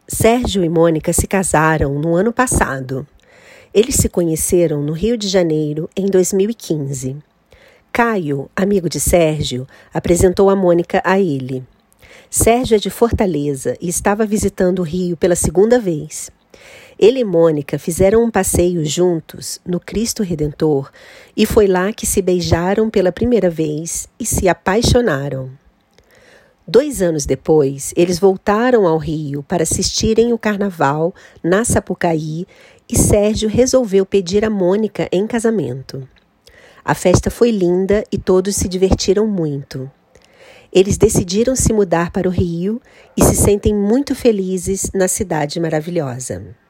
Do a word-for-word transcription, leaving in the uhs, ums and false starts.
Sérgio e Mônica se casaram no ano passado. Eles se conheceram no Rio de Janeiro em dois mil e quinze. Caio, amigo de Sérgio, apresentou a Mônica a ele. Sérgio é de Fortaleza e estava visitando o Rio pela segunda vez. Ele e Mônica fizeram um passeio juntos no Cristo Redentor e foi lá que se beijaram pela primeira vez e se apaixonaram. Dois anos depois, eles voltaram ao Rio para assistirem o carnaval na Sapucaí e Sérgio resolveu pedir a Mônica em casamento. A festa foi linda e todos se divertiram muito. Eles decidiram se mudar para o Rio e se sentem muito felizes na cidade maravilhosa.